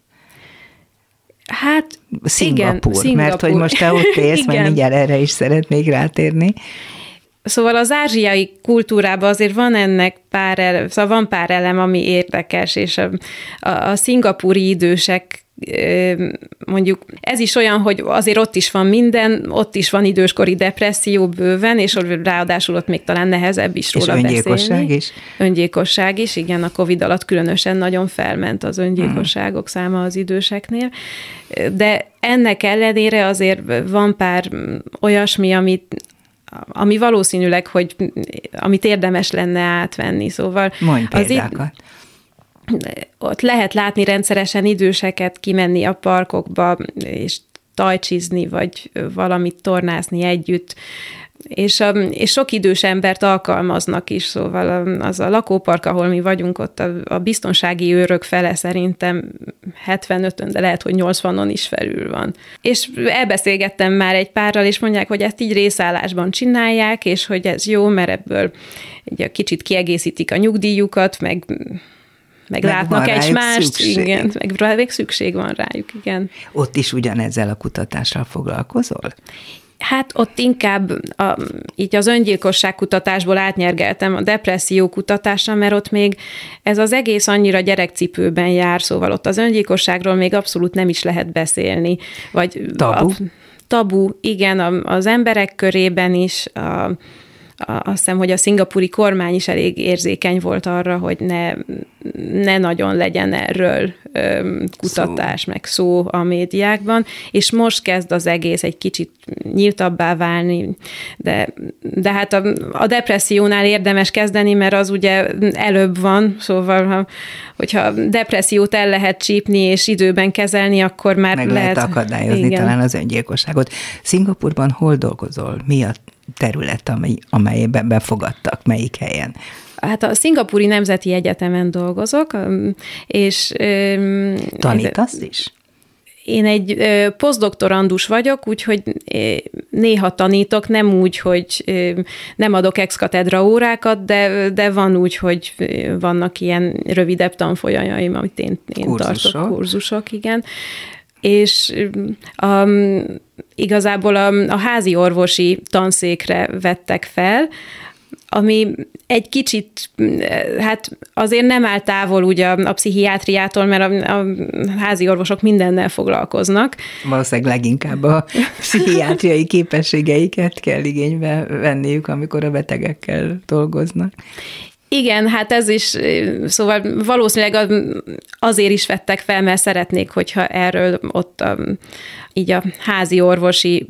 Hát
Szingapur,
igen, Szingapur.
Mert hogy most te ott élsz, majd mindjárt erre is szeretnék rátérni.
Szóval az ázsiai kultúrában azért van ennek pár elem, szóval van pár elem, ami érdekes, és a, a, a szingapúri idősek, mondjuk ez is olyan, hogy azért ott is van minden, ott is van időskori depresszió bőven, és ráadásul ott még talán nehezebb is róla beszélni. És
öngyilkosság is?
Öngyilkosság is, igen, a Covid alatt különösen nagyon felment az öngyilkosságok száma az időseknél, de ennek ellenére azért van pár olyasmi, amit ami valószínűleg, hogy amit érdemes lenne átvenni. Szóval
mondj példákat.
Ott lehet látni rendszeresen időseket kimenni a parkokba, és tajcsizni, vagy valamit tornázni együtt, és, a, és sok idős embert alkalmaznak is, szóval az a lakópark, ahol mi vagyunk, ott a, a biztonsági őrök fele szerintem hetvenötön, de lehet, hogy nyolcvanon is felül van. És elbeszélgettem már egy párral, és mondják, hogy ezt így részállásban csinálják, és hogy ez jó, mert ebből egy kicsit kiegészítik a nyugdíjukat, meg meg, meg látnak egymást, igen, meg még szükség van rájuk, igen.
Ott is ugyanezzel a kutatással foglalkozol?
Hát ott inkább a, így az öngyilkosság kutatásból átnyergeltem a depresszió kutatásra, mert ott még ez az egész annyira gyerekcipőben jár, szóval ott az öngyilkosságról még abszolút nem is lehet beszélni. Vagy
tabu?
A, tabu, igen, az emberek körében is, a, azt hiszem, hogy a szingapúri kormány is elég érzékeny volt arra, hogy ne, ne nagyon legyen erről öm, kutatás, szó. meg szó a médiákban, és most kezd az egész egy kicsit nyíltabbá válni, de, de hát a, a depressziónál érdemes kezdeni, mert az ugye előbb van, szóval ha, hogyha depressziót el lehet csípni és időben kezelni, akkor már
meg
lehet...
lehet akadályozni igen. talán az öngyilkosságot. Szingapúrban hol dolgozol? Mi a terület, amely, amelyben befogadtak, melyik helyen?
Hát a Szingapúri Nemzeti Egyetemen dolgozok, és...
Tanítasz is?
Én egy posztdoktorandus vagyok, úgyhogy néha tanítok, nem úgy, hogy nem adok ex-katedra órákat, de, de van úgy, hogy vannak ilyen rövidebb tanfolyaim, amit én, én tartok, kurzusok, igen. És um, igazából a, a házi orvosi tanszékre vettek fel, ami egy kicsit, hát azért nem áll távol ugye a, a pszichiátriától, mert a, a házi orvosok mindennel foglalkoznak.
Valószínűleg leginkább a pszichiátriai képességeiket kell igénybe venniük, amikor a betegekkel dolgoznak.
Igen, hát ez is, szóval valószínűleg azért is vettek fel, mert szeretnék, hogyha erről ott a, így a házi orvosi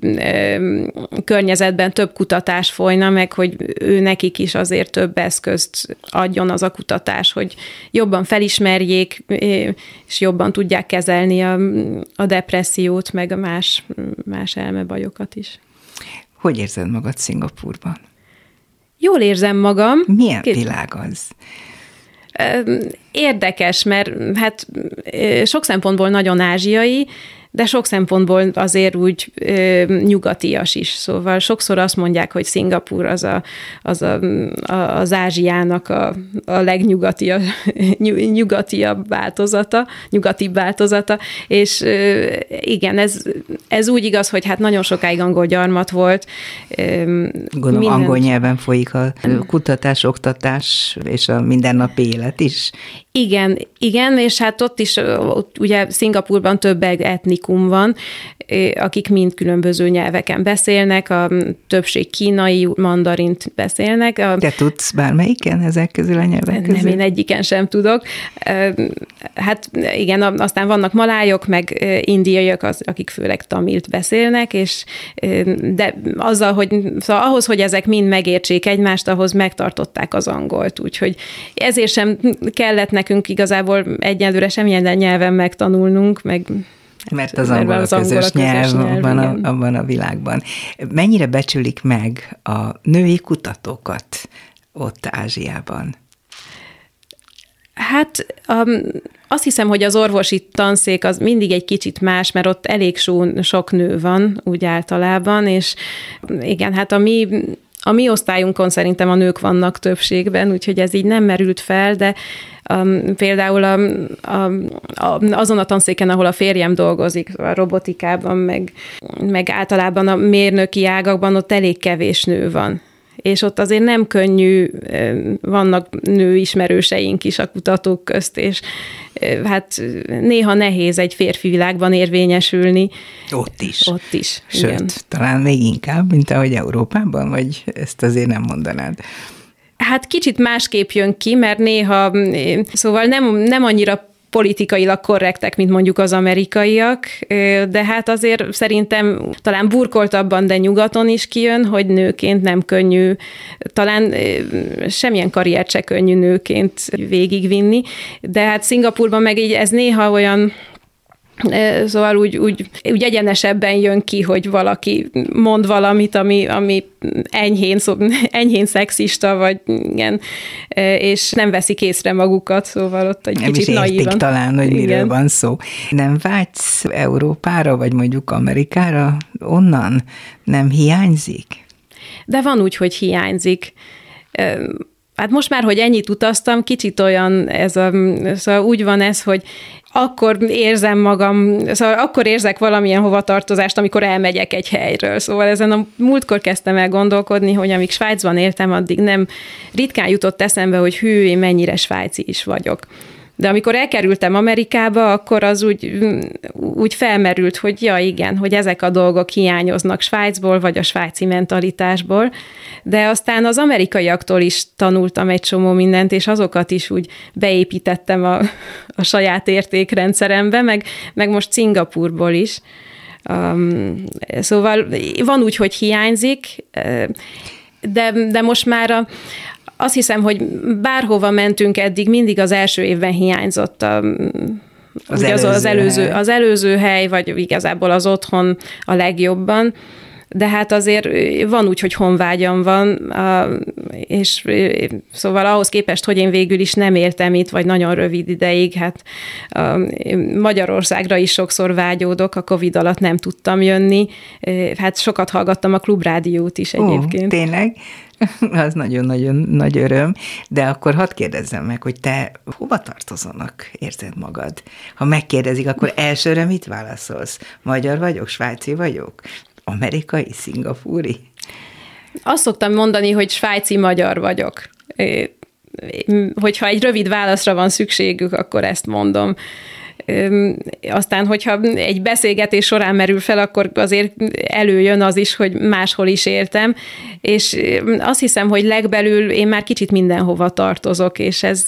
környezetben több kutatás folyna, meg hogy ő nekik is azért több eszközt adjon az a kutatás, hogy jobban felismerjék, és jobban tudják kezelni a, a depressziót, meg a más, más elmebajokat is.
Hogy érzed magad Szingapúrban?
Jól érzem magam.
Milyen világ az?
Érdekes, mert hát sok szempontból nagyon ázsiai, de sok szempontból azért úgy ö, nyugatias is. Szóval sokszor azt mondják, hogy Szingapúr az a, az, a, a, az Ázsiának a, a legnyugatiabb nyugatiabb változata, nyugatibb változata, és ö, igen, ez, ez úgy igaz, hogy hát nagyon sokáig angol gyarmat volt.
Gondolom, minden... angol nyelven folyik a kutatás, oktatás és a mindennapi élet is.
Igen, igen, és hát ott is, ott ugye Szingapúrban több etnikum van, akik mind különböző nyelveken beszélnek, a többség kínai, mandarint beszélnek.
Te tudsz bármelyiken ezek közül a nyelvek közül?
Nem, én egyiken sem tudok. Hát igen, aztán vannak malájok, meg indiaiak, az, akik főleg tamilt beszélnek, és de azzal, hogy szóval ahhoz, hogy ezek mind megértsék egymást, ahhoz megtartották az angolt, úgyhogy ezért sem kellett nekünk igazából egyelőre semmilyen nyelven megtanulnunk, meg
Mert az angol a közös nyelv abban a, abban a világban. Mennyire becsülik meg a női kutatókat ott Ázsiában?
Hát um, azt hiszem, hogy az orvosi tanszék az mindig egy kicsit más, mert ott elég sok nő van úgy általában, és igen, hát a mi... A mi osztályunkon szerintem a nők vannak többségben, úgyhogy ez így nem merült fel, de um, például a, a, a, azon a tanszéken, ahol a férjem dolgozik, a robotikában, meg, meg általában a mérnöki ágakban, ott elég kevés nő van. És ott azért nem könnyű, vannak nőismerőseink is a kutatók közt, és hát néha nehéz egy férfi világban érvényesülni.
Ott is.
Ott is,
Sőt,
igen.
talán még inkább, mint ahogy Európában, vagy ezt azért nem mondanád?
Hát kicsit másképp jön ki, mert néha, szóval nem, nem annyira politikailag korrektek, mint mondjuk az amerikaiak, de hát azért szerintem talán burkoltabban, de nyugaton is kijön, hogy nőként nem könnyű, talán semmilyen karriert se könnyű nőként végigvinni, de hát Szingapúrban meg így ez néha olyan Szóval úgy, úgy, úgy egyenesebben jön ki, hogy valaki mond valamit, ami, ami enyhén, szó, enyhén szexista, vagy igen, és nem veszik észre magukat, szóval ott egy
nem
kicsit
is értik
naívan.
talán, hogy
igen.
miről van szó. Nem vágysz Európára, vagy mondjuk Amerikára onnan? Nem hiányzik?
De van úgy, hogy hiányzik. Hát most már, hogy ennyit utaztam, kicsit olyan, ez a, szóval úgy van ez, hogy akkor érzem magam, szóval akkor érzek valamilyen hovatartozást, amikor elmegyek egy helyről. Szóval ezen a múltkor kezdtem el gondolkodni, hogy amíg Svájcban éltem, addig nem ritkán jutott eszembe, hogy hű, én mennyire svájci is vagyok. De amikor elkerültem Amerikába, akkor az úgy, úgy felmerült, hogy ja igen, hogy ezek a dolgok hiányoznak Svájcból, vagy a svájci mentalitásból, de aztán az amerikaiaktól is tanultam egy csomó mindent, és azokat is úgy beépítettem a, a saját értékrendszerembe, meg, meg most Szingapúrból is. Um, szóval van úgy, hogy hiányzik, de, de most már a azt hiszem, hogy bárhova mentünk eddig, mindig az első évben hiányzott a, az, ugye előző az, az, előző, az előző hely, vagy igazából az otthon a legjobban, de hát azért van úgy, hogy honvágyam van, és szóval ahhoz képest, hogy én végül is nem éltem itt, vagy nagyon rövid ideig, hát Magyarországra is sokszor vágyódok, a Covid alatt nem tudtam jönni, hát sokat hallgattam a Klubrádiót is egyébként.
Ó, tényleg? Az nagyon-nagyon nagy öröm, de akkor hadd kérdezzem meg, hogy te hova tartozónak érzed magad? Ha megkérdezik, akkor elsőre mit válaszolsz? Magyar vagyok, svájci vagyok? Amerikai, szingapúri?
Azt szoktam mondani, hogy svájci magyar vagyok. Hogyha egy rövid válaszra van szükségük, akkor ezt mondom. Aztán, hogyha egy beszélgetés során merül fel, akkor azért előjön az is, hogy máshol is éltem, és azt hiszem, hogy legbelül én már kicsit mindenhova tartozok, és ez,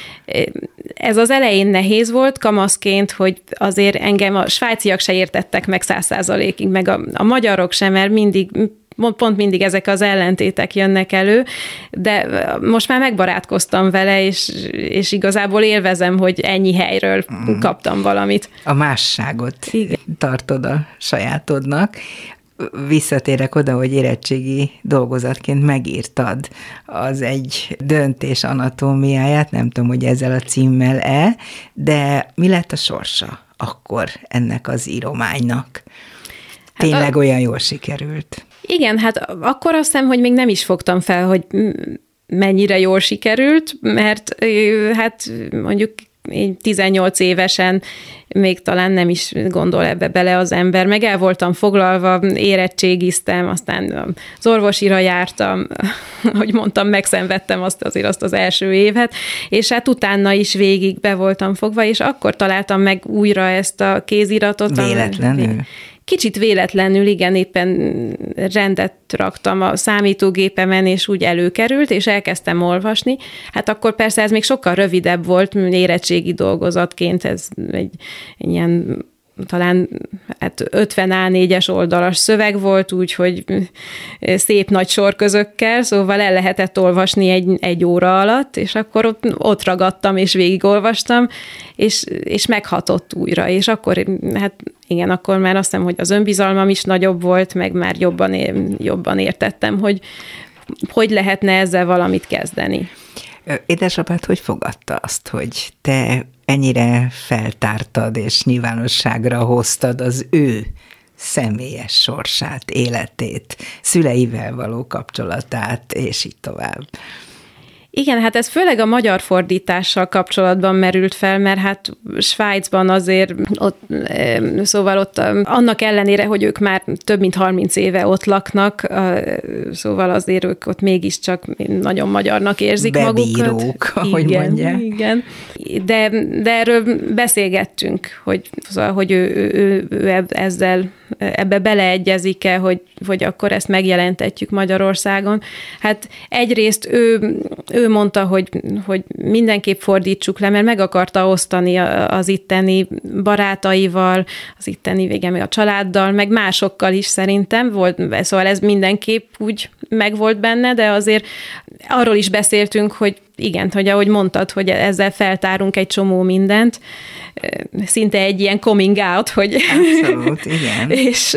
ez az elején nehéz volt kamaszként, hogy azért engem a svájciak se értettek meg száz százalékig, meg a, a magyarok sem, mert mindig pont mindig ezek az ellentétek jönnek elő, de most már megbarátkoztam vele, és, és igazából élvezem, hogy ennyi helyről mm. kaptam valamit.
A másságot igen. tartod a sajátodnak. Visszatérek oda, hogy érettségi dolgozatként megírtad az egy döntés anatómiáját, nem tudom, hogy ezzel a címmel-e, de mi lett a sorsa akkor ennek az írománynak? Tényleg hát a... olyan jól sikerült?
Igen, hát akkor azt hiszem, hogy még nem is fogtam fel, hogy mennyire jól sikerült, mert hát mondjuk én tizennyolc évesen még talán nem is gondol ebbe bele az ember, meg el voltam foglalva, érettségiztem, aztán az orvosira jártam, ahogy mondtam, megszenvedtem azt azért azt az első évet, és hát utána is végig be voltam fogva, és akkor találtam meg újra ezt a kéziratot.
Véletlenül?
Kicsit véletlenül, igen, éppen rendet raktam a számítógépemen, és úgy előkerült, és elkezdtem olvasni. Hát akkor persze ez még sokkal rövidebb volt, érettségi dolgozatként, ez egy, egy ilyen talán hát ötven á négyes oldalas szöveg volt, úgyhogy szép nagy sorközökkel, szóval el lehetett olvasni egy, egy óra alatt, és akkor ott, ott ragadtam, és végigolvastam, és, és meghatott újra, és akkor hát igen, akkor már azt hiszem, hogy az önbizalmam is nagyobb volt, meg már jobban, jobban értettem, hogy hogy lehetne ezzel valamit kezdeni.
Édesapád hogy fogadta azt, hogy te ennyire feltártad és nyilvánosságra hoztad az ő személyes sorsát, életét, szüleivel való kapcsolatát, és így tovább?
Igen, hát ez főleg a magyar fordítással kapcsolatban merült fel, mert hát Svájcban azért ott, szóval ott annak ellenére, hogy ők már több mint harminc éve ott laknak, szóval azért ők ott mégiscsak nagyon magyarnak érzik
Bebírók,
magukat.
ahogy
igen,
mondják.
Igen, de, de erről beszélgettünk, hogy, szóval, hogy ő, ő, ő ezzel ebbe beleegyezik-e, hogy, hogy akkor ezt megjelentetjük Magyarországon. Hát egyrészt ő, ő mondta, hogy, hogy mindenképp fordítsuk le, mert meg akarta osztani az itteni barátaival, az itteni végem a családdal, meg másokkal is szerintem volt, szóval ez mindenképp úgy meg volt benne, de azért arról is beszéltünk, hogy igen, hogy ahogy mondtad, hogy ezzel feltárunk egy csomó mindent, szinte egy ilyen coming out, hogy...
Abszolút, igen.
és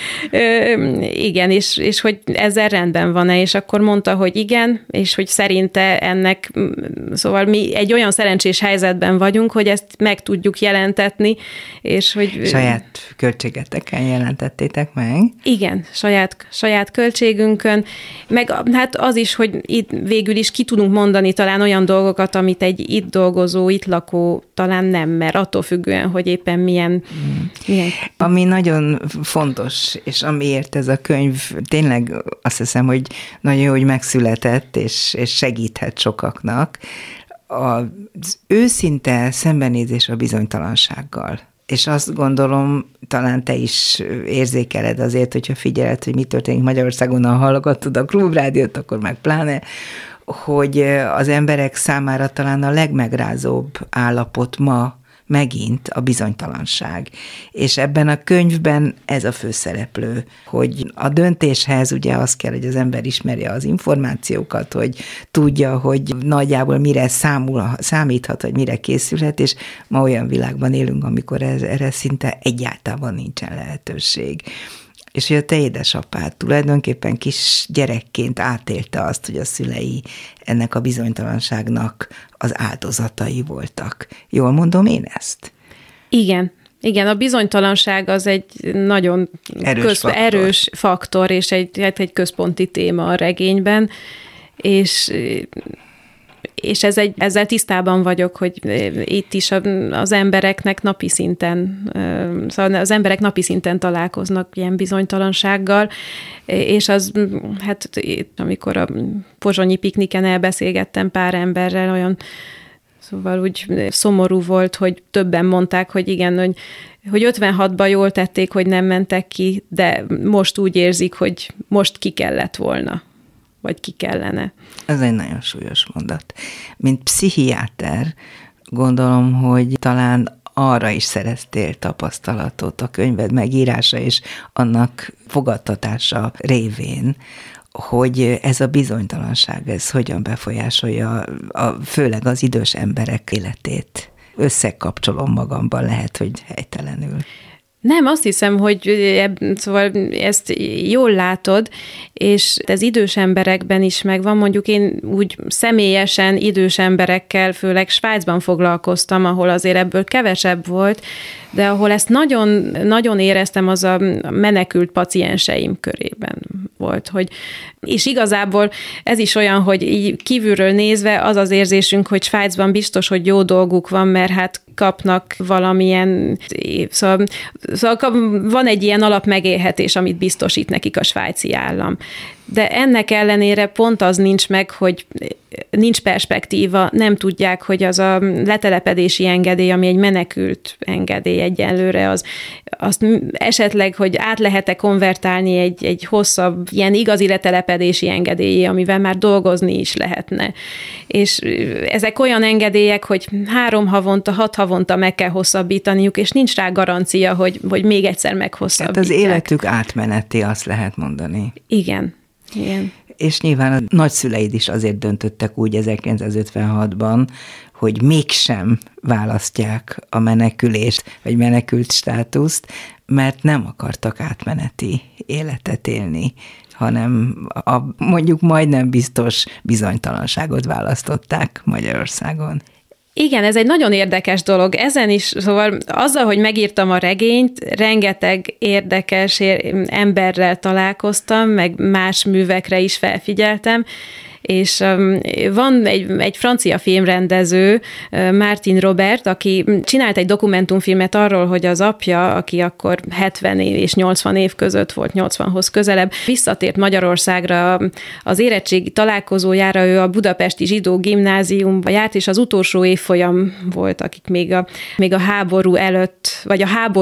igen, és, és hogy ezzel rendben van-e, és akkor mondta, hogy igen, és hogy szerinte ennek, szóval mi egy olyan szerencsés helyzetben vagyunk, hogy ezt meg tudjuk jelentetni, és hogy...
Saját költségeteken jelentettétek meg?
Igen, saját, saját költségünkön, meg hát az is, hogy itt végül is ki tudunk mondani talán olyan dolgokat, amit egy itt dolgozó, itt lakó talán nem, mert attól függően, hogy éppen milyen... Hmm. milyen...
Ami nagyon fontos, és amiért ez a könyv tényleg azt hiszem, hogy nagyon jó, hogy megszületett, és, és segíthet sokaknak, az őszinte szembenézés a bizonytalansággal. És azt gondolom, talán te is érzékeled azért, hogyha figyeled, hogy mi történik Magyarországon, ha hallgatod a Klubrádiót, akkor meg pláne, hogy az emberek számára talán a legmegrázóbb állapot ma megint a bizonytalanság. És ebben a könyvben ez a főszereplő, hogy a döntéshez ugye az kell, hogy az ember ismerje az információkat, hogy tudja, hogy nagyjából mire számul, számíthat, vagy mire készülhet, és ma olyan világban élünk, amikor ez, erre szinte egyáltalán nincsen lehetőség. És hogy a te édesapád tulajdonképpen kis gyerekként átélte azt, hogy a szülei ennek a bizonytalanságnak az áldozatai voltak. Jól mondom én ezt?
Igen. Igen, a bizonytalanság az egy nagyon
erős,
köz,
faktor. erős
faktor, és egy, egy központi téma a regényben, és... És ez egy, ezzel tisztában vagyok, hogy itt is az embereknek napi szinten, szóval az emberek napi szinten találkoznak ilyen bizonytalansággal, és az, hát amikor a pozsonyi pikniken elbeszélgettem pár emberrel, olyan, szóval úgy szomorú volt, hogy többen mondták, hogy igen, hogy, hogy ötvenhatban jól tették, hogy nem mentek ki, de most úgy érzik, hogy most ki kellett volna, vagy ki kellene.
Ez egy nagyon súlyos mondat. Mint pszichiáter gondolom, hogy talán arra is szereztél tapasztalatot a könyved megírása és annak fogadtatása révén, hogy ez a bizonytalanság, ez hogyan befolyásolja a, főleg az idős emberek életét. Összekapcsolom magamban, lehet, hogy helytelenül.
Nem, azt hiszem, hogy eb, szóval ezt jól látod, és ez idős emberekben is megvan. Mondjuk én úgy személyesen idős emberekkel, főleg Svájcban foglalkoztam, ahol azért ebből kevesebb volt, de ahol ezt nagyon, nagyon éreztem, az a menekült pacienseim körében volt. Hogy, és igazából ez is olyan, hogy így kívülről nézve az az érzésünk, hogy Svájcban biztos, hogy jó dolguk van, mert hát kapnak valamilyen, szóval, szóval van egy ilyen alapmegélhetés, amit biztosít nekik a svájci állam. De ennek ellenére pont az nincs meg, hogy nincs perspektíva, nem tudják, hogy az a letelepedési engedély, ami egy menekült engedély egyenlőre, az, azt esetleg, hogy át lehet-e konvertálni egy, egy hosszabb, ilyen igazi letelepedési engedélyé, amivel már dolgozni is lehetne. És ezek olyan engedélyek, hogy három havonta, hat havonta meg kell hosszabbítaniuk, és nincs rá garancia, hogy, hogy még egyszer meghosszabbítják.
Hát az életük átmeneti, azt lehet mondani.
Igen. Igen.
És nyilván a nagyszüleid is azért döntöttek úgy ezerkilencszázötvenhatban, hogy mégsem választják a menekülést, vagy menekült státuszt, mert nem akartak átmeneti életet élni, hanem a mondjuk majdnem biztos bizonytalanságot választották Magyarországon.
Igen, ez egy nagyon érdekes dolog. Ezen is, szóval azzal, hogy megírtam a regényt, rengeteg érdekes emberrel találkoztam, meg más művekre is felfigyeltem, és van egy, egy francia filmrendező, Martin Robert, aki csinált egy dokumentumfilmet arról, hogy az apja, aki akkor hetven év és nyolcvan év között volt, nyolcvanhoz közelebb, visszatért Magyarországra az érettségi találkozójára, ő a budapesti zsidó gimnáziumba járt, és az utolsó évfolyam volt, akik még a, még a háború előtt, vagy a háború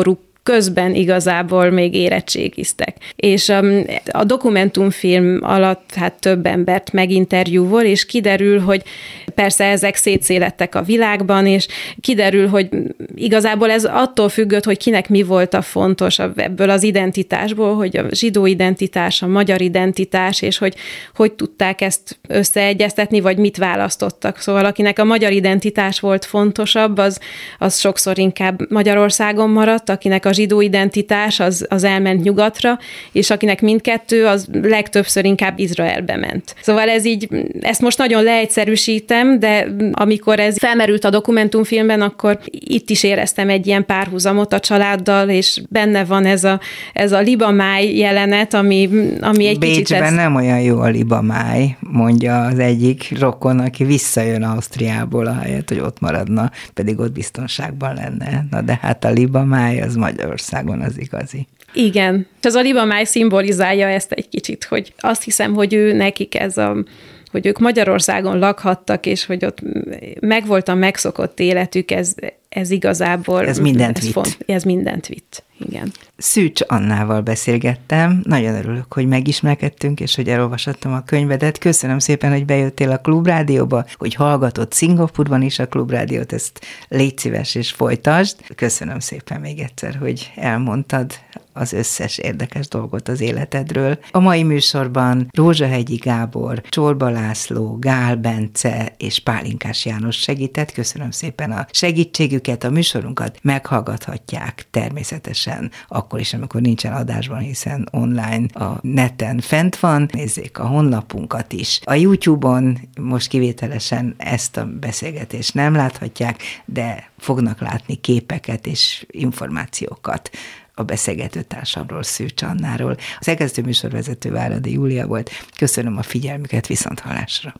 közben igazából még érettségiztek. És a dokumentumfilm alatt hát több embert meginterjúvol, és kiderül, hogy persze ezek szétszélettek a világban, és kiderül, hogy igazából ez attól függött, hogy kinek mi volt a fontos ebből az identitásból, hogy a zsidó identitás, a magyar identitás, és hogy hogy tudták ezt összeegyeztetni, vagy mit választottak. Szóval akinek a magyar identitás volt fontosabb, az, az sokszor inkább Magyarországon maradt, akinek a zsidó identitás az, az elment nyugatra, és akinek mindkettő, az legtöbbször inkább Izraelbe ment. Szóval ez így, ezt most nagyon leegyszerűsítem, de amikor ez felmerült a dokumentumfilmben, akkor itt is éreztem egy ilyen párhuzamot a családdal, és benne van ez a, ez a libamáj jelenet, ami, ami egy
Bécsben
kicsit... Ez...
nem olyan jó a libamáj, mondja az egyik rokon, aki visszajön Ausztriából, ahelyett, hogy ott maradna, pedig ott biztonságban lenne. Na de hát a libamáj az Magyarországon az igazi.
Igen. Ez a libamáj szimbolizálja ezt egy kicsit, hogy azt hiszem, hogy ő nekik ez a hogy ők Magyarországon lakhattak, és hogy ott megvolt a megszokott életük, ez, ez igazából...
Ez mindent
ez
vitt.
Font, ez mindent vitt, igen.
Szűcs Annával beszélgettem, nagyon örülök, hogy megismerkedtünk, és hogy elolvashattam a könyvedet. Köszönöm szépen, hogy bejöttél a Klubrádióba, hogy hallgatod Szingapurban is a Klubrádiót, ezt légy szíves és folytasd. Köszönöm szépen még egyszer, hogy elmondtad az összes érdekes dolgot az életedről. A mai műsorban Rózsahegyi Gábor, Csorba László, Gál Bence és Pálinkás János segített. Köszönöm szépen a segítségüket, a műsorunkat meghallgathatják természetesen akkor is, amikor nincsen adásban, hiszen online a neten fent van. Nézzék a honlapunkat is. A YouTube-on most kivételesen ezt a beszélgetést nem láthatják, de fognak látni képeket és információkat a beszélgető társamról, Szűcs Annáról. Az elkezdő műsorvezető Váradi Júlia volt. Köszönöm a figyelmüket, viszonthallásra.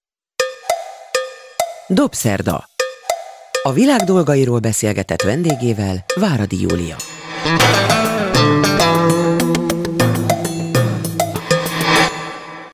Dobszerda. A világ dolgairól beszélgetett vendégével Váradi Júlia.